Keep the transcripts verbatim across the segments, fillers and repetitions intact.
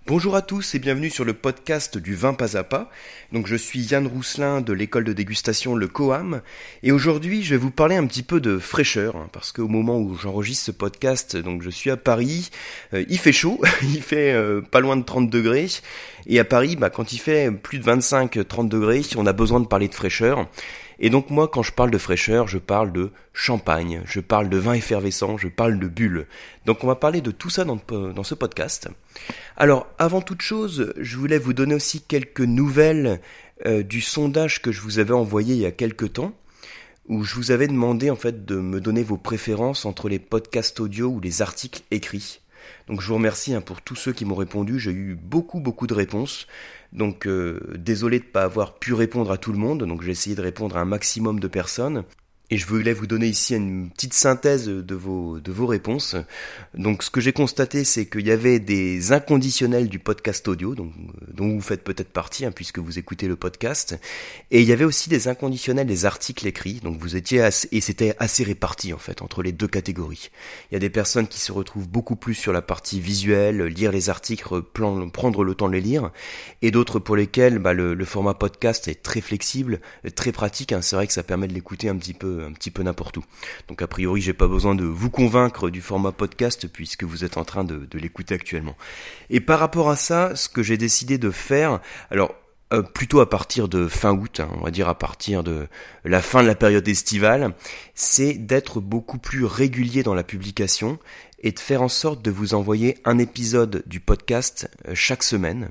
Bonjour à tous et bienvenue sur le podcast du vin pas à pas. Donc je suis Yann Rousselin de l'école de dégustation Le Coam et aujourd'hui je vais vous parler un petit peu de fraîcheur hein, parce qu'au moment où j'enregistre ce podcast, donc je suis à Paris, euh, il fait chaud, il fait euh, pas loin de trente degrés et à Paris, bah, quand il fait plus de vingt-cinq à trente degrés, on a besoin de parler de fraîcheur. Et donc moi, quand je parle de fraîcheur, je parle de champagne, je parle de vin effervescent, je parle de bulles. Donc on va parler de tout ça dans, dans ce podcast. Alors, avant toute chose, je voulais vous donner aussi quelques nouvelles euh, du sondage que je vous avais envoyé il y a quelques temps, où je vous avais demandé en fait de me donner vos préférences entre les podcasts audio ou les articles écrits. Donc je vous remercie hein, pour tous ceux qui m'ont répondu, j'ai eu beaucoup beaucoup de réponses. Donc euh, désolé de ne pas avoir pu répondre à tout le monde, donc j'ai essayé de répondre à un maximum de personnes. Et je voulais vous donner ici une petite synthèse de vos, de vos réponses. Donc ce que j'ai constaté, c'est qu'il y avait des inconditionnels du podcast audio, donc, dont vous faites peut-être partie, hein, puisque vous écoutez le podcast. Et il y avait aussi des inconditionnels des articles écrits, donc vous étiez assez, et c'était assez réparti en fait entre les deux catégories. Il y a des personnes qui se retrouvent beaucoup plus sur la partie visuelle, lire les articles, plan, prendre le temps de les lire, et d'autres pour lesquels bah, le, le format podcast est très flexible, très pratique. Hein, c'est vrai que ça permet de l'écouter un petit peu un petit peu n'importe où. Donc a priori, j'ai pas besoin de vous convaincre du format podcast puisque vous êtes en train de, de l'écouter actuellement. Et par rapport à ça, ce que j'ai décidé de faire, alors euh, plutôt à partir de fin août, hein, on va dire à partir de la fin de la période estivale, c'est d'être beaucoup plus régulier dans la publication et de faire en sorte de vous envoyer un épisode du podcast euh, chaque semaine.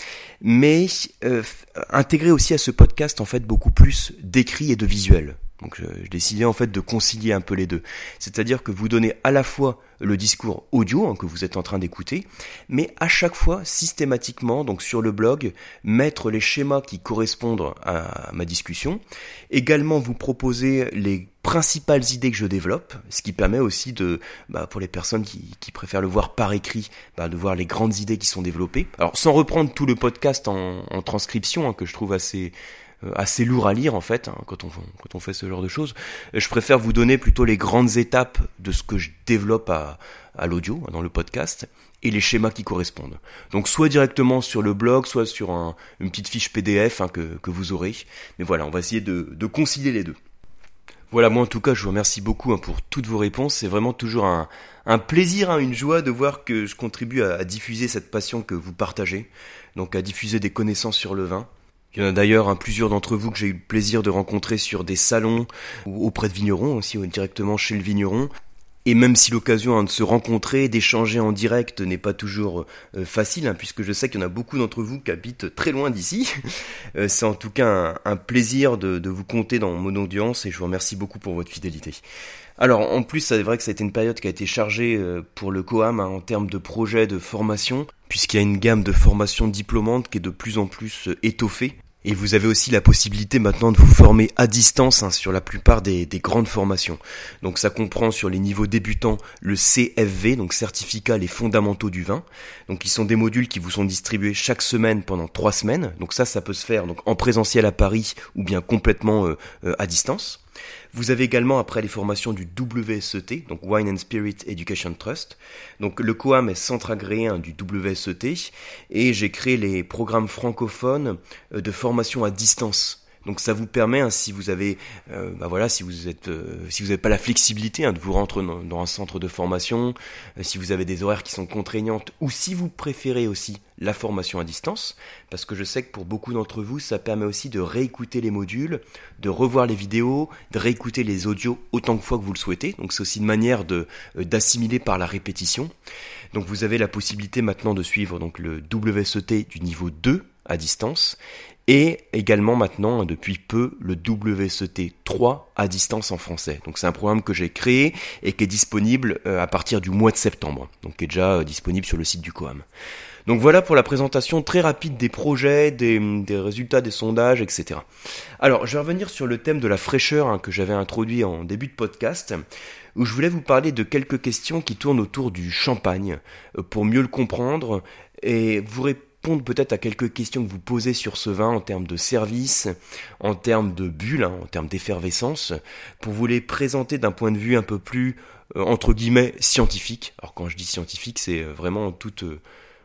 Mais euh, intégrer aussi à ce podcast en fait beaucoup plus d'écrits et de visuels. Donc je, je décidais en fait de concilier un peu les deux. C'est-à-dire que vous donnez à la fois le discours audio hein, que vous êtes en train d'écouter, mais à chaque fois, systématiquement, donc sur le blog, mettre les schémas qui correspondent à ma discussion. Également vous proposer les principales idées que je développe, ce qui permet aussi de, bah, pour les personnes qui, qui préfèrent le voir par écrit, bah, de voir les grandes idées qui sont développées. Alors sans reprendre tout le podcast en, en transcription, hein, que je trouve assez assez lourd à lire en fait hein, quand on quand on fait ce genre de choses. Je préfère vous donner plutôt les grandes étapes de ce que je développe à à l'audio dans le podcast et les schémas qui correspondent. Donc soit directement sur le blog, soit sur un, une petite fiche P D F hein, que que vous aurez. Mais voilà, on va essayer de de concilier les deux. Voilà, moi en tout cas, je vous remercie beaucoup hein, pour toutes vos réponses. C'est vraiment toujours un un plaisir, hein, une joie de voir que je contribue à, à diffuser cette passion que vous partagez, donc à diffuser des connaissances sur le vin. Il y en a d'ailleurs hein, plusieurs d'entre vous que j'ai eu le plaisir de rencontrer sur des salons ou auprès de vignerons aussi, ou directement chez le vigneron. Et même si l'occasion hein, de se rencontrer, d'échanger en direct n'est pas toujours euh, facile, hein, puisque je sais qu'il y en a beaucoup d'entre vous qui habitent très loin d'ici, euh, c'est en tout cas un, un plaisir de, de vous compter dans mon audience et je vous remercie beaucoup pour votre fidélité. Alors en plus c'est vrai que ça a été une période qui a été chargée euh, pour le Coam hein, en termes de projets de formation, puisqu'il y a une gamme de formations diplômantes qui est de plus en plus euh, étoffée. Et vous avez aussi la possibilité maintenant de vous former à distance hein, sur la plupart des, des grandes formations. Donc ça comprend sur les niveaux débutants le C F V, donc certificat les fondamentaux du vin. Donc ils sont des modules qui vous sont distribués chaque semaine pendant trois semaines. Donc ça, ça peut se faire donc en présentiel à Paris ou bien complètement euh, euh, à distance. Vous avez également après les formations du W S E T, donc Wine and Spirit Education Trust. Donc le Coam est centre agréé hein, du W S E T et j'ai créé les programmes francophones euh, de formation à distance. Donc ça vous permet, hein, si vous avez, euh, bah voilà, si vous êtes, euh, si vous n'avez pas la flexibilité hein, de vous rendre dans, dans un centre de formation, euh, si vous avez des horaires qui sont contraignantes, ou si vous préférez aussi la formation à distance, parce que je sais que pour beaucoup d'entre vous, ça permet aussi de réécouter les modules, de revoir les vidéos, de réécouter les audios autant de fois que vous le souhaitez. Donc c'est aussi une manière de euh, d'assimiler par la répétition. Donc vous avez la possibilité maintenant de suivre donc le W S E T du niveau deux à distance. Et également maintenant, depuis peu, le W S E T trois à distance en français. Donc c'est un programme que j'ai créé et qui est disponible à partir du mois de septembre. Donc qui est déjà disponible sur le site du Coam. Donc voilà pour la présentation très rapide des projets, des, des résultats des sondages, et cetera. Alors je vais revenir sur le thème de la fraîcheur hein, que j'avais introduit en début de podcast, où je voulais vous parler de quelques questions qui tournent autour du champagne, pour mieux le comprendre et vous répondre répondre peut-être à quelques questions que vous posez sur ce vin en termes de service, en termes de bulles, hein, en termes d'effervescence, pour vous les présenter d'un point de vue un peu plus, euh, entre guillemets, scientifique. Alors quand je dis scientifique, c'est vraiment toute... Euh,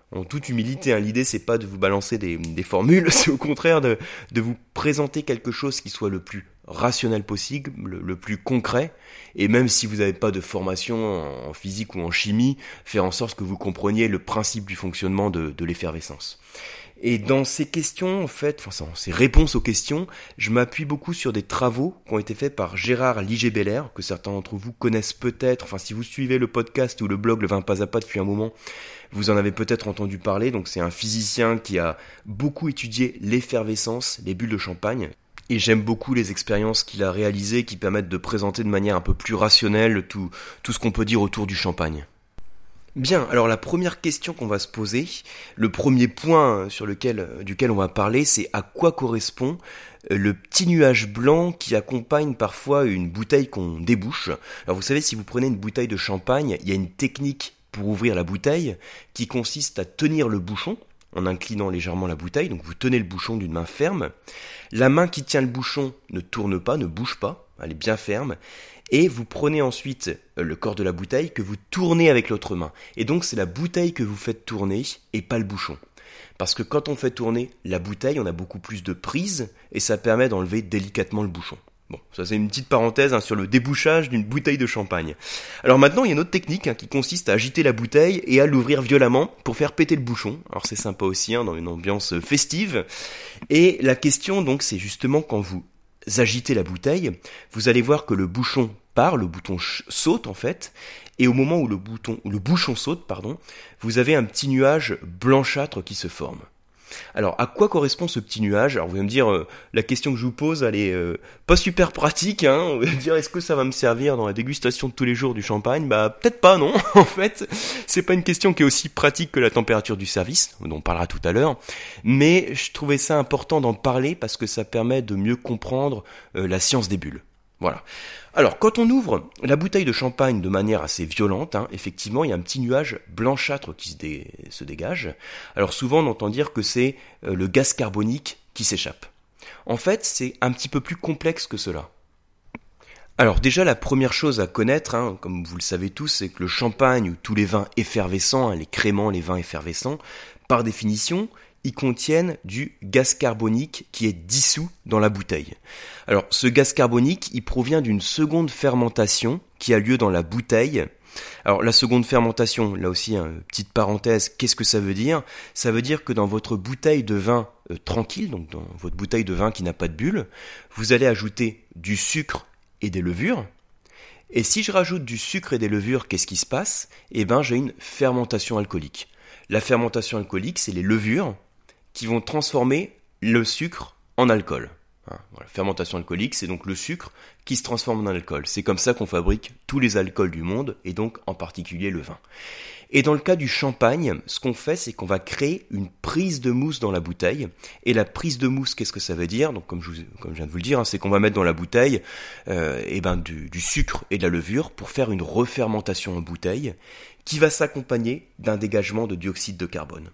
en toute humilité, hein. L'idée c'est pas de vous balancer des, des formules, c'est au contraire de, de vous présenter quelque chose qui soit le plus rationnel possible, le, le plus concret, et même si vous n'avez pas de formation en physique ou en chimie, faire en sorte que vous compreniez le principe du fonctionnement de, de l'effervescence. Et dans ces questions, en fait, enfin, ces réponses aux questions, je m'appuie beaucoup sur des travaux qui ont été faits par Gérard Liger-Belair, que certains d'entre vous connaissent peut-être. Enfin, si vous suivez le podcast ou le blog Le Vin Pas à Pas depuis un moment, vous en avez peut-être entendu parler. Donc, c'est un physicien qui a beaucoup étudié l'effervescence, les bulles de champagne. Et j'aime beaucoup les expériences qu'il a réalisées qui permettent de présenter de manière un peu plus rationnelle tout, tout ce qu'on peut dire autour du champagne. Bien, alors la première question qu'on va se poser, le premier point sur lequel, duquel on va parler, c'est à quoi correspond le petit nuage blanc qui accompagne parfois une bouteille qu'on débouche. Alors vous savez, si vous prenez une bouteille de champagne, il y a une technique pour ouvrir la bouteille qui consiste à tenir le bouchon en inclinant légèrement la bouteille, donc vous tenez le bouchon d'une main ferme. La main qui tient le bouchon ne tourne pas, ne bouge pas, elle est bien ferme. Et vous prenez ensuite le corps de la bouteille que vous tournez avec l'autre main. Et donc c'est la bouteille que vous faites tourner et pas le bouchon. Parce que quand on fait tourner la bouteille, on a beaucoup plus de prise et ça permet d'enlever délicatement le bouchon. Bon, ça c'est une petite parenthèse hein, sur le débouchage d'une bouteille de champagne. Alors maintenant, il y a une autre technique hein, qui consiste à agiter la bouteille et à l'ouvrir violemment pour faire péter le bouchon. Alors c'est sympa aussi hein, dans une ambiance festive. Et la question donc c'est justement quand vous agitez la bouteille, vous allez voir que le bouchon part, le bouton ch- saute en fait, et au moment où le bouton, où le bouchon saute, pardon, vous avez un petit nuage blanchâtre qui se forme. Alors, à quoi correspond ce petit nuage ? Alors, vous allez me dire, euh, la question que je vous pose, elle est euh, pas super pratique, hein. On va me dire, est-ce que ça va me servir dans la dégustation de tous les jours du champagne ? Bah, peut-être pas, non. En fait, c'est pas une question qui est aussi pratique que la température du service, dont on parlera tout à l'heure. Mais je trouvais ça important d'en parler parce que ça permet de mieux comprendre euh, la science des bulles. Voilà. Alors, quand on ouvre la bouteille de champagne de manière assez violente, hein, effectivement, il y a un petit nuage blanchâtre qui se, dé- se dégage. Alors souvent, on entend dire que c'est euh, le gaz carbonique qui s'échappe. En fait, c'est un petit peu plus complexe que cela. Alors déjà, la première chose à connaître, hein, comme vous le savez tous, c'est que le champagne ou tous les vins effervescents, hein, les créments, les vins effervescents, par définition, ils contiennent du gaz carbonique qui est dissous dans la bouteille. Alors, ce gaz carbonique, il provient d'une seconde fermentation qui a lieu dans la bouteille. Alors, la seconde fermentation, là aussi, hein, petite parenthèse, qu'est-ce que ça veut dire ? Ça veut dire que dans votre bouteille de vin euh, tranquille, donc dans votre bouteille de vin qui n'a pas de bulles, vous allez ajouter du sucre et des levures. Et si je rajoute du sucre et des levures, qu'est-ce qui se passe ? Eh ben, j'ai une fermentation alcoolique. La fermentation alcoolique, c'est les levures qui vont transformer le sucre en alcool. Hein, voilà. Fermentation alcoolique, c'est donc le sucre qui se transforme en alcool. C'est comme ça qu'on fabrique tous les alcools du monde, et donc en particulier le vin. Et dans le cas du champagne, ce qu'on fait, c'est qu'on va créer une prise de mousse dans la bouteille. Et la prise de mousse, qu'est-ce que ça veut dire ? Donc, comme je, vous, comme je viens de vous le dire, hein, c'est qu'on va mettre dans la bouteille euh, eh ben, du, du sucre et de la levure pour faire une refermentation en bouteille qui va s'accompagner d'un dégagement de dioxyde de carbone.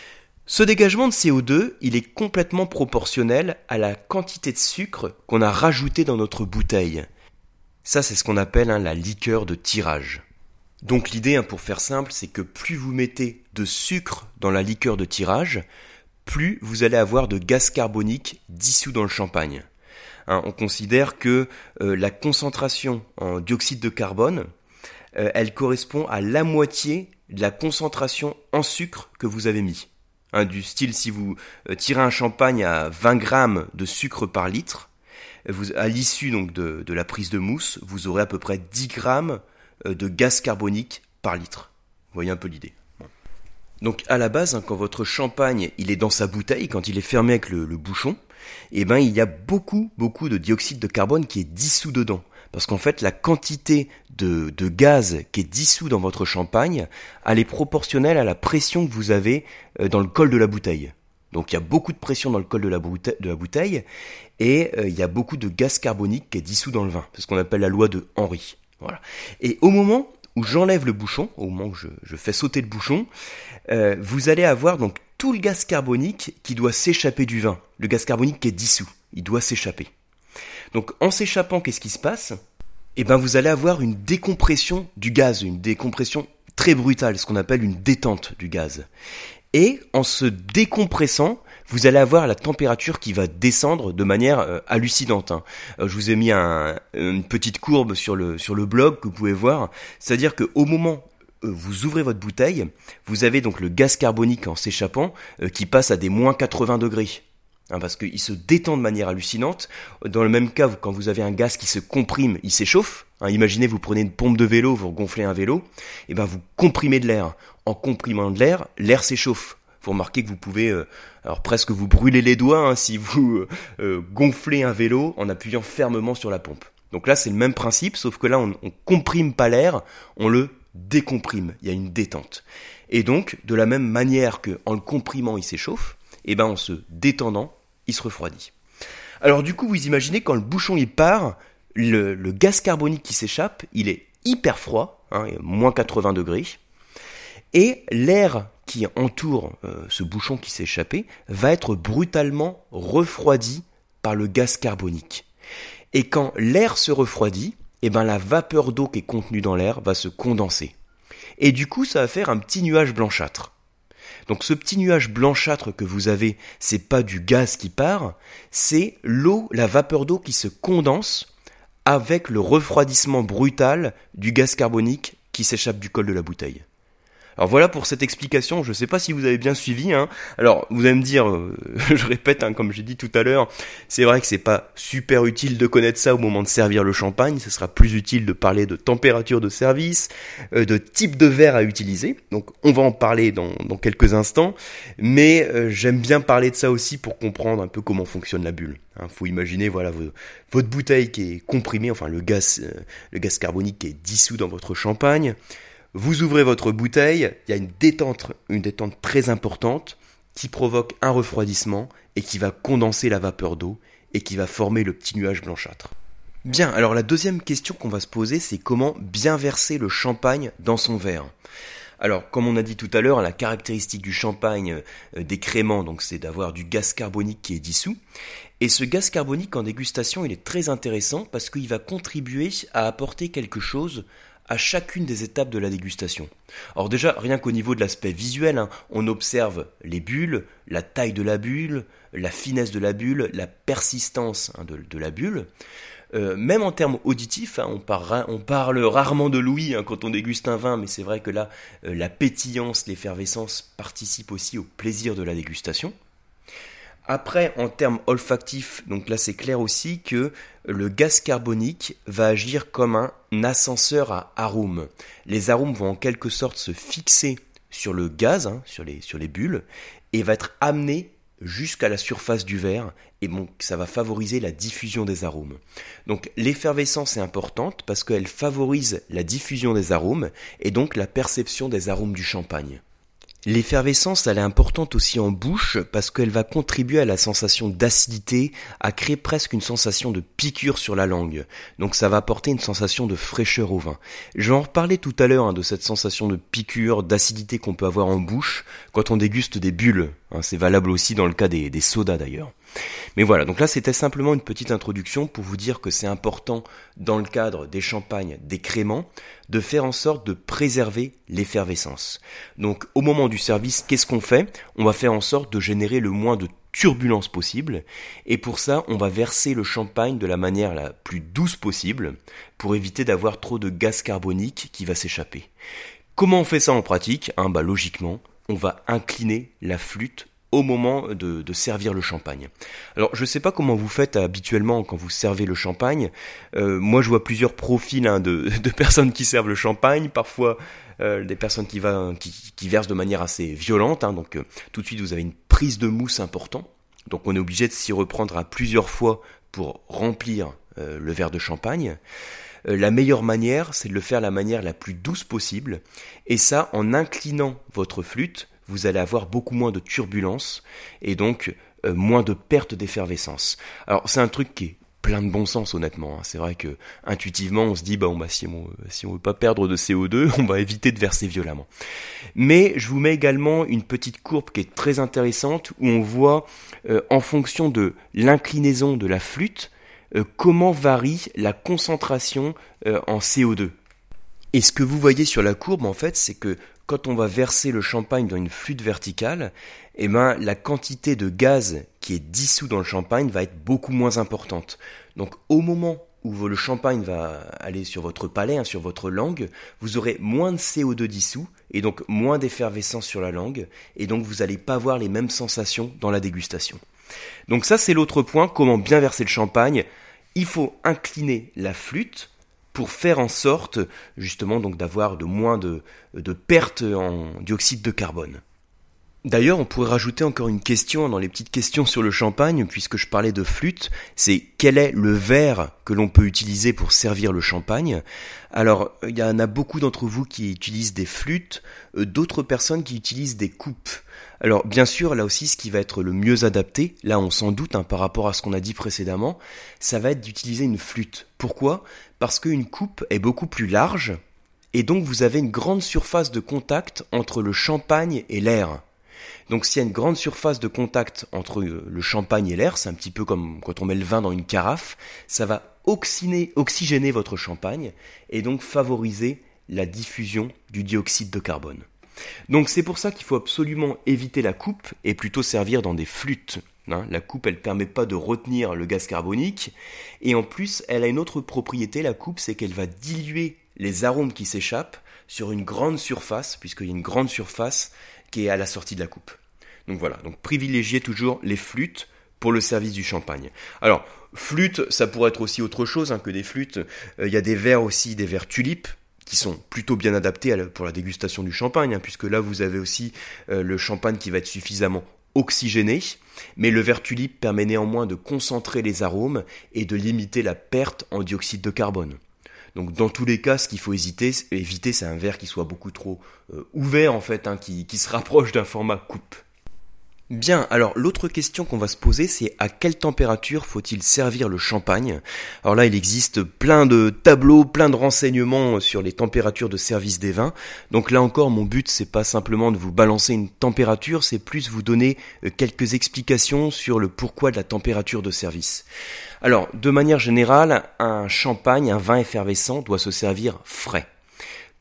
Ce dégagement de C O deux, il est complètement proportionnel à la quantité de sucre qu'on a rajouté dans notre bouteille. Ça, c'est ce qu'on appelle hein, la liqueur de tirage. Donc l'idée, hein, pour faire simple, c'est que plus vous mettez de sucre dans la liqueur de tirage, plus vous allez avoir de gaz carbonique dissous dans le champagne. Hein, on considère que euh, la concentration en dioxyde de carbone, euh, elle correspond à la moitié de la concentration en sucre que vous avez mis. Hein, du style, si vous euh, tirez un champagne à vingt grammes de sucre par litre, vous, à l'issue donc de, de la prise de mousse, vous aurez à peu près dix grammes euh, de gaz carbonique par litre. Vous voyez un peu l'idée. Bon. Donc à la base, hein, quand votre champagne il est dans sa bouteille, quand il est fermé avec le, le bouchon, eh ben, il y a beaucoup, beaucoup de dioxyde de carbone qui est dissous dedans. Parce qu'en fait, la quantité de, de gaz qui est dissous dans votre champagne, elle est proportionnelle à la pression que vous avez dans le col de la bouteille. Donc il y a beaucoup de pression dans le col de la bouteille, de la bouteille et euh, il y a beaucoup de gaz carbonique qui est dissous dans le vin. C'est ce qu'on appelle la loi de Henry. Voilà. Et au moment où j'enlève le bouchon, au moment où je, je fais sauter le bouchon, euh, vous allez avoir donc tout le gaz carbonique qui doit s'échapper du vin. Le gaz carbonique qui est dissous, il doit s'échapper. Donc en s'échappant, qu'est-ce qui se passe ? Eh ben vous allez avoir une décompression du gaz, une décompression très brutale, ce qu'on appelle une détente du gaz. Et en se décompressant, vous allez avoir la température qui va descendre de manière euh, hallucinante. Hein. Euh, je vous ai mis un, une petite courbe sur le, sur le blog que vous pouvez voir. C'est-à-dire qu'au moment où vous ouvrez votre bouteille, vous avez donc le gaz carbonique en s'échappant euh, qui passe à des moins quatre-vingts degrés. Hein, parce qu'il se détend de manière hallucinante. Dans le même cas, quand vous avez un gaz qui se comprime, il s'échauffe. Hein, imaginez, vous prenez une pompe de vélo, vous gonflez un vélo, et ben vous comprimez de l'air. En comprimant de l'air, l'air s'échauffe. Vous remarquez que vous pouvez, euh, alors presque vous brûler les doigts hein, si vous euh, gonflez un vélo en appuyant fermement sur la pompe. Donc là, c'est le même principe, sauf que là, on, on comprime pas l'air, on le décomprime. Il y a une détente. Et donc, de la même manière que en le comprimant, il s'échauffe, et ben en se détendant, il se refroidit. Alors du coup, vous imaginez quand le bouchon il part, le, le gaz carbonique qui s'échappe, il est hyper froid, hein, moins quatre-vingts degrés, et l'air qui entoure euh, ce bouchon qui s'est échappé va être brutalement refroidi par le gaz carbonique. Et quand l'air se refroidit, eh ben la vapeur d'eau qui est contenue dans l'air va se condenser. Et du coup, ça va faire un petit nuage blanchâtre. Donc ce petit nuage blanchâtre que vous avez, c'est pas du gaz qui part, c'est l'eau, la vapeur d'eau qui se condense avec le refroidissement brutal du gaz carbonique qui s'échappe du col de la bouteille. Alors voilà pour cette explication, je ne sais pas si vous avez bien suivi. Hein. Alors vous allez me dire, euh, je répète, hein, comme j'ai dit tout à l'heure, c'est vrai que c'est pas super utile de connaître ça au moment de servir le champagne, ce sera plus utile de parler de température de service, euh, de type de verre à utiliser, donc on va en parler dans, dans quelques instants, mais euh, j'aime bien parler de ça aussi pour comprendre un peu comment fonctionne la bulle. Hein, faut imaginer voilà v- votre bouteille qui est comprimée, enfin le gaz, euh, le gaz carbonique qui est dissous dans votre champagne. Vous ouvrez votre bouteille, il y a une détente, une détente très importante qui provoque un refroidissement et qui va condenser la vapeur d'eau et qui va former le petit nuage blanchâtre. Bien, alors la deuxième question qu'on va se poser, c'est comment bien verser le champagne dans son verre. Alors, comme on a dit tout à l'heure, la caractéristique du champagne euh, décrément, donc c'est d'avoir du gaz carbonique qui est dissous. Et ce gaz carbonique en dégustation, il est très intéressant parce qu'il va contribuer à apporter quelque chose à chacune des étapes de la dégustation. Alors déjà, rien qu'au niveau de l'aspect visuel, hein, on observe les bulles, la taille de la bulle, la finesse de la bulle, la persistance hein, de, de la bulle. Euh, même en termes auditifs, hein, on, parle, on parle rarement de l'ouïe hein, quand on déguste un vin, mais c'est vrai que là, euh, la pétillance, l'effervescence participent aussi au plaisir de la dégustation. Après, en termes olfactifs, donc là c'est clair aussi que le gaz carbonique va agir comme un ascenseur à arômes. Les arômes vont en quelque sorte se fixer sur le gaz, hein, sur les, sur les bulles, et va être amené jusqu'à la surface du verre, et donc ça va favoriser la diffusion des arômes. Donc l'effervescence est importante parce qu'elle favorise la diffusion des arômes, et donc la perception des arômes du champagne. L'effervescence, elle est importante aussi en bouche parce qu'elle va contribuer à la sensation d'acidité, à créer presque une sensation de piqûre sur la langue. Donc ça va apporter une sensation de fraîcheur au vin. Je vais en reparler tout à l'heure hein, de cette sensation de piqûre, d'acidité qu'on peut avoir en bouche quand on déguste des bulles. Hein, c'est valable aussi dans le cas des, des sodas d'ailleurs. Mais voilà, donc là c'était simplement une petite introduction pour vous dire que c'est important dans le cadre des champagnes, des créments, de faire en sorte de préserver l'effervescence. Donc au moment du service, qu'est-ce qu'on fait ? On va faire en sorte de générer le moins de turbulence possible, et pour ça on va verser le champagne de la manière la plus douce possible, pour éviter d'avoir trop de gaz carbonique qui va s'échapper. Comment on fait ça en pratique ? hein, bah, Logiquement, on va incliner la flûte au moment de, de servir le champagne. Alors je ne sais pas comment vous faites habituellement quand vous servez le champagne. Euh, moi je vois plusieurs profils hein, de, de personnes qui servent le champagne, parfois euh, des personnes qui, va, qui, qui versent de manière assez violente, hein, donc euh, tout de suite vous avez une prise de mousse importante, donc on est obligé de s'y reprendre à plusieurs fois pour remplir euh, le verre de champagne. Euh, la meilleure manière, c'est de le faire de la manière la plus douce possible, et ça en inclinant votre flûte, vous allez avoir beaucoup moins de turbulence et donc euh, moins de perte d'effervescence. Alors c'est un truc qui est plein de bon sens honnêtement. Hein. C'est vrai que intuitivement on se dit bah, on, bah si on si on veut pas perdre de C O deux, on va éviter de verser violemment. Mais je vous mets également une petite courbe qui est très intéressante où on voit euh, en fonction de l'inclinaison de la flûte euh, comment varie la concentration euh, en C O deux. Et ce que vous voyez sur la courbe en fait, c'est que quand on va verser le champagne dans une flûte verticale, eh ben, la quantité de gaz qui est dissous dans le champagne va être beaucoup moins importante. Donc au moment où le champagne va aller sur votre palais, hein, sur votre langue, vous aurez moins de C O deux dissous et donc moins d'effervescence sur la langue et donc vous n'allez pas avoir les mêmes sensations dans la dégustation. Donc ça c'est l'autre point, comment bien verser le champagne. Il faut incliner la flûte pour faire en sorte justement donc d'avoir de moins de, de pertes en dioxyde de carbone. D'ailleurs, on pourrait rajouter encore une question dans les petites questions sur le champagne, puisque je parlais de flûte, c'est quel est le verre que l'on peut utiliser pour servir le champagne. Alors, il y en a beaucoup d'entre vous qui utilisent des flûtes, euh, d'autres personnes qui utilisent des coupes. Alors, bien sûr, là aussi, ce qui va être le mieux adapté, là on s'en doute hein, par rapport à ce qu'on a dit précédemment, ça va être d'utiliser une flûte. Pourquoi ? Parce qu'une coupe est beaucoup plus large, et donc vous avez une grande surface de contact entre le champagne et l'air. Donc s'il y a une grande surface de contact entre le champagne et l'air, c'est un petit peu comme quand on met le vin dans une carafe, ça va oxyner, oxygéner votre champagne et donc favoriser la diffusion du dioxyde de carbone. Donc c'est pour ça qu'il faut absolument éviter la coupe et plutôt servir dans des flûtes. Hein, la coupe, elle ne permet pas de retenir le gaz carbonique et en plus, elle a une autre propriété, la coupe, c'est qu'elle va diluer les arômes qui s'échappent sur une grande surface, puisqu'il y a une grande surface qui est à la sortie de la coupe. Donc voilà, donc privilégiez toujours les flûtes pour le service du champagne. Alors, flûte, ça pourrait être aussi autre chose hein, que des flûtes. Il euh, y a des verres aussi, des verres tulipes, qui sont plutôt bien adaptés à la, pour la dégustation du champagne, hein, puisque là vous avez aussi euh, le champagne qui va être suffisamment oxygéné, mais le verre tulipe permet néanmoins de concentrer les arômes et de limiter la perte en dioxyde de carbone. Donc dans tous les cas, ce qu'il faut hésiter, éviter, c'est un verre qui soit beaucoup trop euh, ouvert en fait, hein, qui, qui se rapproche d'un format coupe. Bien, alors l'autre question qu'on va se poser, c'est à quelle température faut-il servir le champagne ? Alors là, il existe plein de tableaux, plein de renseignements sur les températures de service des vins. Donc là encore, mon but, c'est pas simplement de vous balancer une température, c'est plus vous donner quelques explications sur le pourquoi de la température de service. Alors, de manière générale, un champagne, un vin effervescent doit se servir frais. Pourquoi ?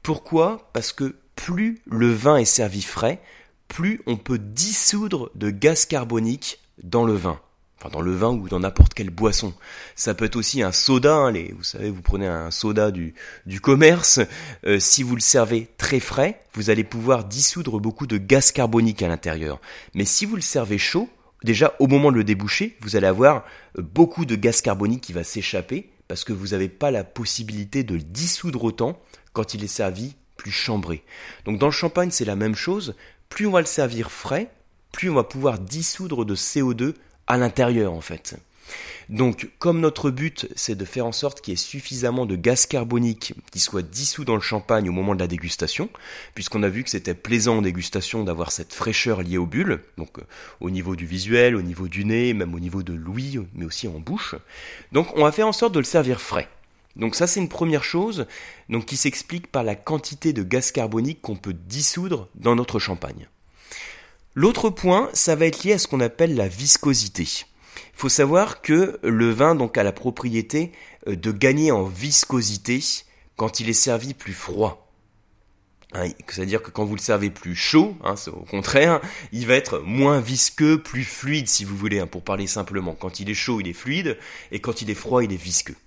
Parce que plus le vin est servi frais, plus on peut dissoudre de gaz carbonique dans le vin. Enfin, dans le vin ou dans n'importe quelle boisson. Ça peut être aussi un soda, hein, les, vous savez, vous prenez un soda du, du commerce, euh, si vous le servez très frais, vous allez pouvoir dissoudre beaucoup de gaz carbonique à l'intérieur. Mais si vous le servez chaud, déjà au moment de le déboucher, vous allez avoir beaucoup de gaz carbonique qui va s'échapper, parce que vous n'avez pas la possibilité de le dissoudre autant quand il est servi plus chambré. Donc dans le champagne, c'est la même chose. Plus on va le servir frais, plus on va pouvoir dissoudre de C O deux à l'intérieur en fait. Donc comme notre but c'est de faire en sorte qu'il y ait suffisamment de gaz carbonique qui soit dissous dans le champagne au moment de la dégustation, puisqu'on a vu que c'était plaisant en dégustation d'avoir cette fraîcheur liée aux bulles, donc euh, au niveau du visuel, au niveau du nez, même au niveau de l'ouïe, mais aussi en bouche. Donc on va faire en sorte de le servir frais. Donc ça c'est une première chose donc, qui s'explique par la quantité de gaz carbonique qu'on peut dissoudre dans notre champagne. L'autre point, ça va être lié à ce qu'on appelle la viscosité. Il faut savoir que le vin donc, a la propriété de gagner en viscosité quand il est servi plus froid. Hein, c'est-à-dire que quand vous le servez plus chaud, hein, c'est au contraire, il va être moins visqueux, plus fluide si vous voulez, hein, pour parler simplement. Quand il est chaud, il est fluide, et quand il est froid, il est visqueux.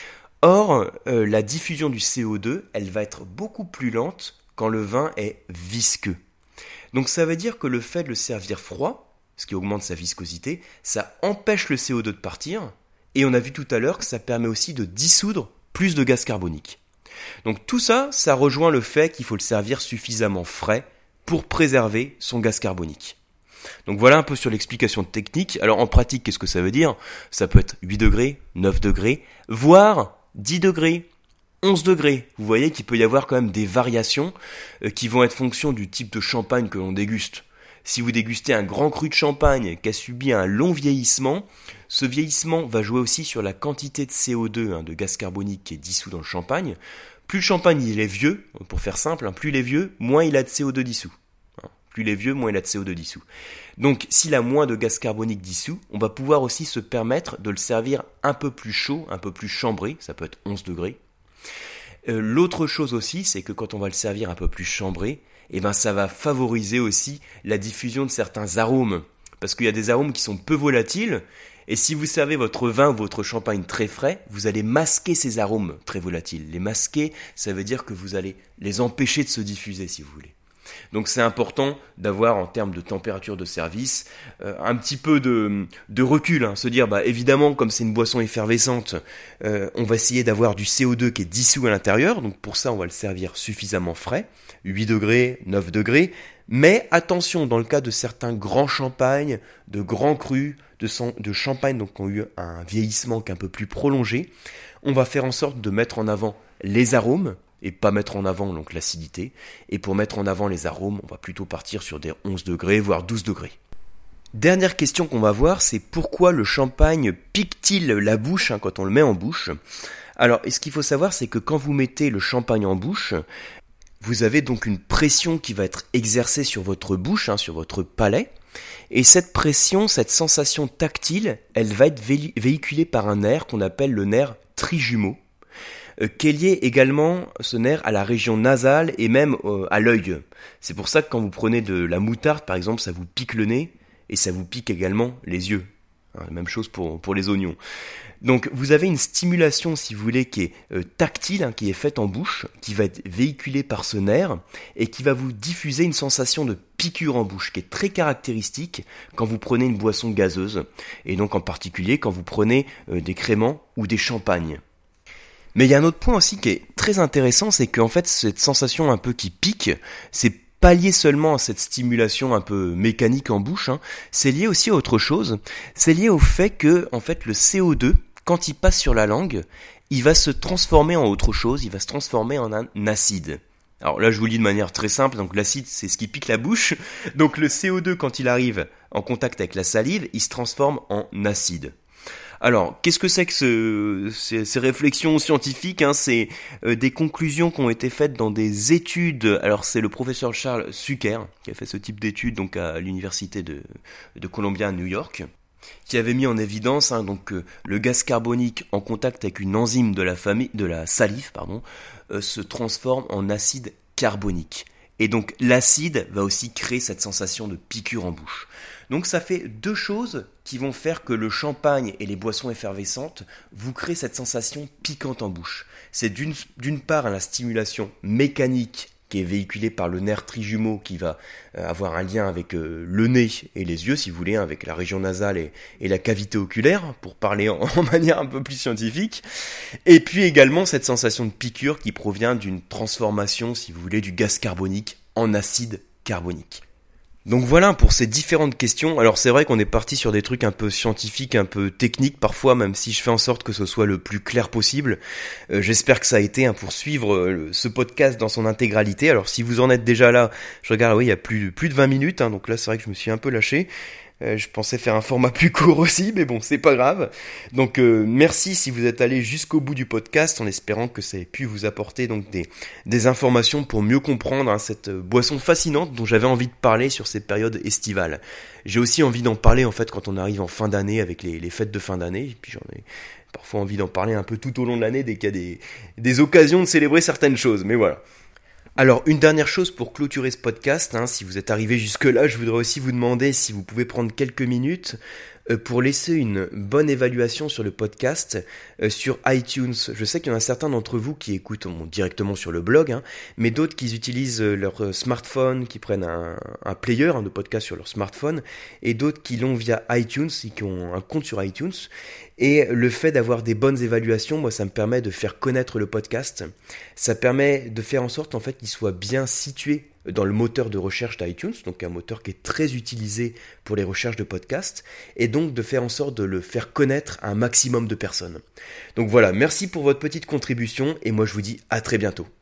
Or, euh, la diffusion du C O deux, elle va être beaucoup plus lente quand le vin est visqueux. Donc ça veut dire que le fait de le servir froid, ce qui augmente sa viscosité, ça empêche le C O deux de partir, et on a vu tout à l'heure que ça permet aussi de dissoudre plus de gaz carbonique. Donc tout ça, ça rejoint le fait qu'il faut le servir suffisamment frais pour préserver son gaz carbonique. Donc voilà un peu sur l'explication technique. Alors en pratique, qu'est-ce que ça veut dire ? Ça peut être huit degrés, neuf degrés, voire dix degrés, onze degrés. Vous voyez qu'il peut y avoir quand même des variations euh, qui vont être fonction du type de champagne que l'on déguste. Si vous dégustez un grand cru de champagne qui a subi un long vieillissement, ce vieillissement va jouer aussi sur la quantité de C O deux, hein, de gaz carbonique qui est dissous dans le champagne. Plus le champagne il est vieux, pour faire simple, hein, plus il est vieux, moins il a de C O deux dissous. Hein, plus il est vieux, moins il a de C O deux dissous. Donc s'il a moins de gaz carbonique dissous, on va pouvoir aussi se permettre de le servir un peu plus chaud, un peu plus chambré, ça peut être onze degrés. Euh, l'autre chose aussi, c'est que quand on va le servir un peu plus chambré, et ben ça va favoriser aussi la diffusion de certains arômes. Parce qu'il y a des arômes qui sont peu volatiles, et si vous servez votre vin ou votre champagne très frais, vous allez masquer ces arômes très volatiles. Les masquer, ça veut dire que vous allez les empêcher de se diffuser, si vous voulez. Donc c'est important d'avoir, en termes de température de service, euh, un petit peu de, de recul, hein, se dire, bah évidemment, comme c'est une boisson effervescente, euh, on va essayer d'avoir du C O deux qui est dissous à l'intérieur, donc pour ça on va le servir suffisamment frais, huit degrés, neuf degrés, mais attention, dans le cas de certains grands champagnes, de grands crus, de, sang, de champagnes donc, qui ont eu un vieillissement qui est un peu plus prolongé, on va faire en sorte de mettre en avant les arômes, et pas mettre en avant donc l'acidité. Et pour mettre en avant les arômes, on va plutôt partir sur des onze degrés, voire douze degrés. Dernière question qu'on va voir, c'est pourquoi le champagne pique-t-il la bouche hein, quand on le met en bouche ? Alors, ce qu'il faut savoir, c'est que quand vous mettez le champagne en bouche, vous avez donc une pression qui va être exercée sur votre bouche, hein, sur votre palais. Et cette pression, cette sensation tactile, elle va être vé- véhiculée par un nerf qu'on appelle le nerf trijumeau, qui est lié également, ce nerf, à la région nasale et même euh, à l'œil. C'est pour ça que quand vous prenez de la moutarde, par exemple, ça vous pique le nez et ça vous pique également les yeux. Hein, même chose pour, pour les oignons. Donc vous avez une stimulation, si vous voulez, qui est euh, tactile, hein, qui est faite en bouche, qui va être véhiculée par ce nerf et qui va vous diffuser une sensation de piqûre en bouche, qui est très caractéristique quand vous prenez une boisson gazeuse, et donc en particulier quand vous prenez euh, des créments ou des champagnes. Mais il y a un autre point aussi qui est très intéressant, c'est qu'en fait cette sensation un peu qui pique, c'est pas lié seulement à cette stimulation un peu mécanique en bouche, hein, c'est lié aussi à autre chose, c'est lié au fait que en fait le C O deux, quand il passe sur la langue, il va se transformer en autre chose, il va se transformer en un acide. Alors là je vous le dis de manière très simple, donc l'acide c'est ce qui pique la bouche, donc le C O deux quand il arrive en contact avec la salive, il se transforme en acide. Alors, qu'est-ce que c'est que ce, ces, ces réflexions scientifiques hein, c'est euh, des conclusions qui ont été faites dans des études. Alors, c'est le professeur Charles Zucker qui a fait ce type d'études donc à l'université de, de Columbia à New York, qui avait mis en évidence hein, donc euh, le gaz carbonique en contact avec une enzyme de la famille de la salive, pardon, euh, se transforme en acide carbonique. Et donc l'acide va aussi créer cette sensation de piqûre en bouche. Donc ça fait deux choses qui vont faire que le champagne et les boissons effervescentes vous créent cette sensation piquante en bouche. C'est d'une, d'une part la stimulation mécanique qui est véhiculée par le nerf trijumeau qui va avoir un lien avec euh, le nez et les yeux, si vous voulez, hein, avec la région nasale et, et la cavité oculaire, pour parler en, en manière un peu plus scientifique. Et puis également cette sensation de piqûre qui provient d'une transformation, si vous voulez, du gaz carbonique en acide carbonique. Donc voilà pour ces différentes questions. Alors c'est vrai qu'on est parti sur des trucs un peu scientifiques, un peu techniques parfois, même si je fais en sorte que ce soit le plus clair possible. Euh, j'espère que ça a été hein, pour suivre euh, ce podcast dans son intégralité. Alors si vous en êtes déjà là, je regarde, oui, il y a plus, plus de vingt minutes, hein, donc là c'est vrai que je me suis un peu lâché. Euh, je pensais faire un format plus court aussi, mais bon, c'est pas grave. Donc euh, merci si vous êtes allé jusqu'au bout du podcast, en espérant que ça ait pu vous apporter donc des, des informations pour mieux comprendre hein, cette boisson fascinante dont j'avais envie de parler sur ces périodes estivales. J'ai aussi envie d'en parler en fait quand on arrive en fin d'année avec les, les fêtes de fin d'année, et puis j'en ai parfois envie d'en parler un peu tout au long de l'année dès qu'il y a des, des occasions de célébrer certaines choses, mais voilà. Alors, une dernière chose pour clôturer ce podcast, hein, si vous êtes arrivé jusque-là, je voudrais aussi vous demander si vous pouvez prendre quelques minutes euh, pour laisser une bonne évaluation sur le podcast euh, sur iTunes. Je sais qu'il y en a certains d'entre vous qui écoutent bon, directement sur le blog, hein, mais d'autres qui utilisent euh, leur smartphone, qui prennent un, un player hein, de podcast sur leur smartphone, et d'autres qui l'ont via iTunes, et qui ont un compte sur iTunes. Et le fait d'avoir des bonnes évaluations, moi, ça me permet de faire connaître le podcast. Ça permet de faire en sorte, en fait, qu'il soit bien situé dans le moteur de recherche d'iTunes, donc un moteur qui est très utilisé pour les recherches de podcasts, et donc de faire en sorte de le faire connaître à un maximum de personnes. Donc voilà, merci pour votre petite contribution, et moi je vous dis à très bientôt.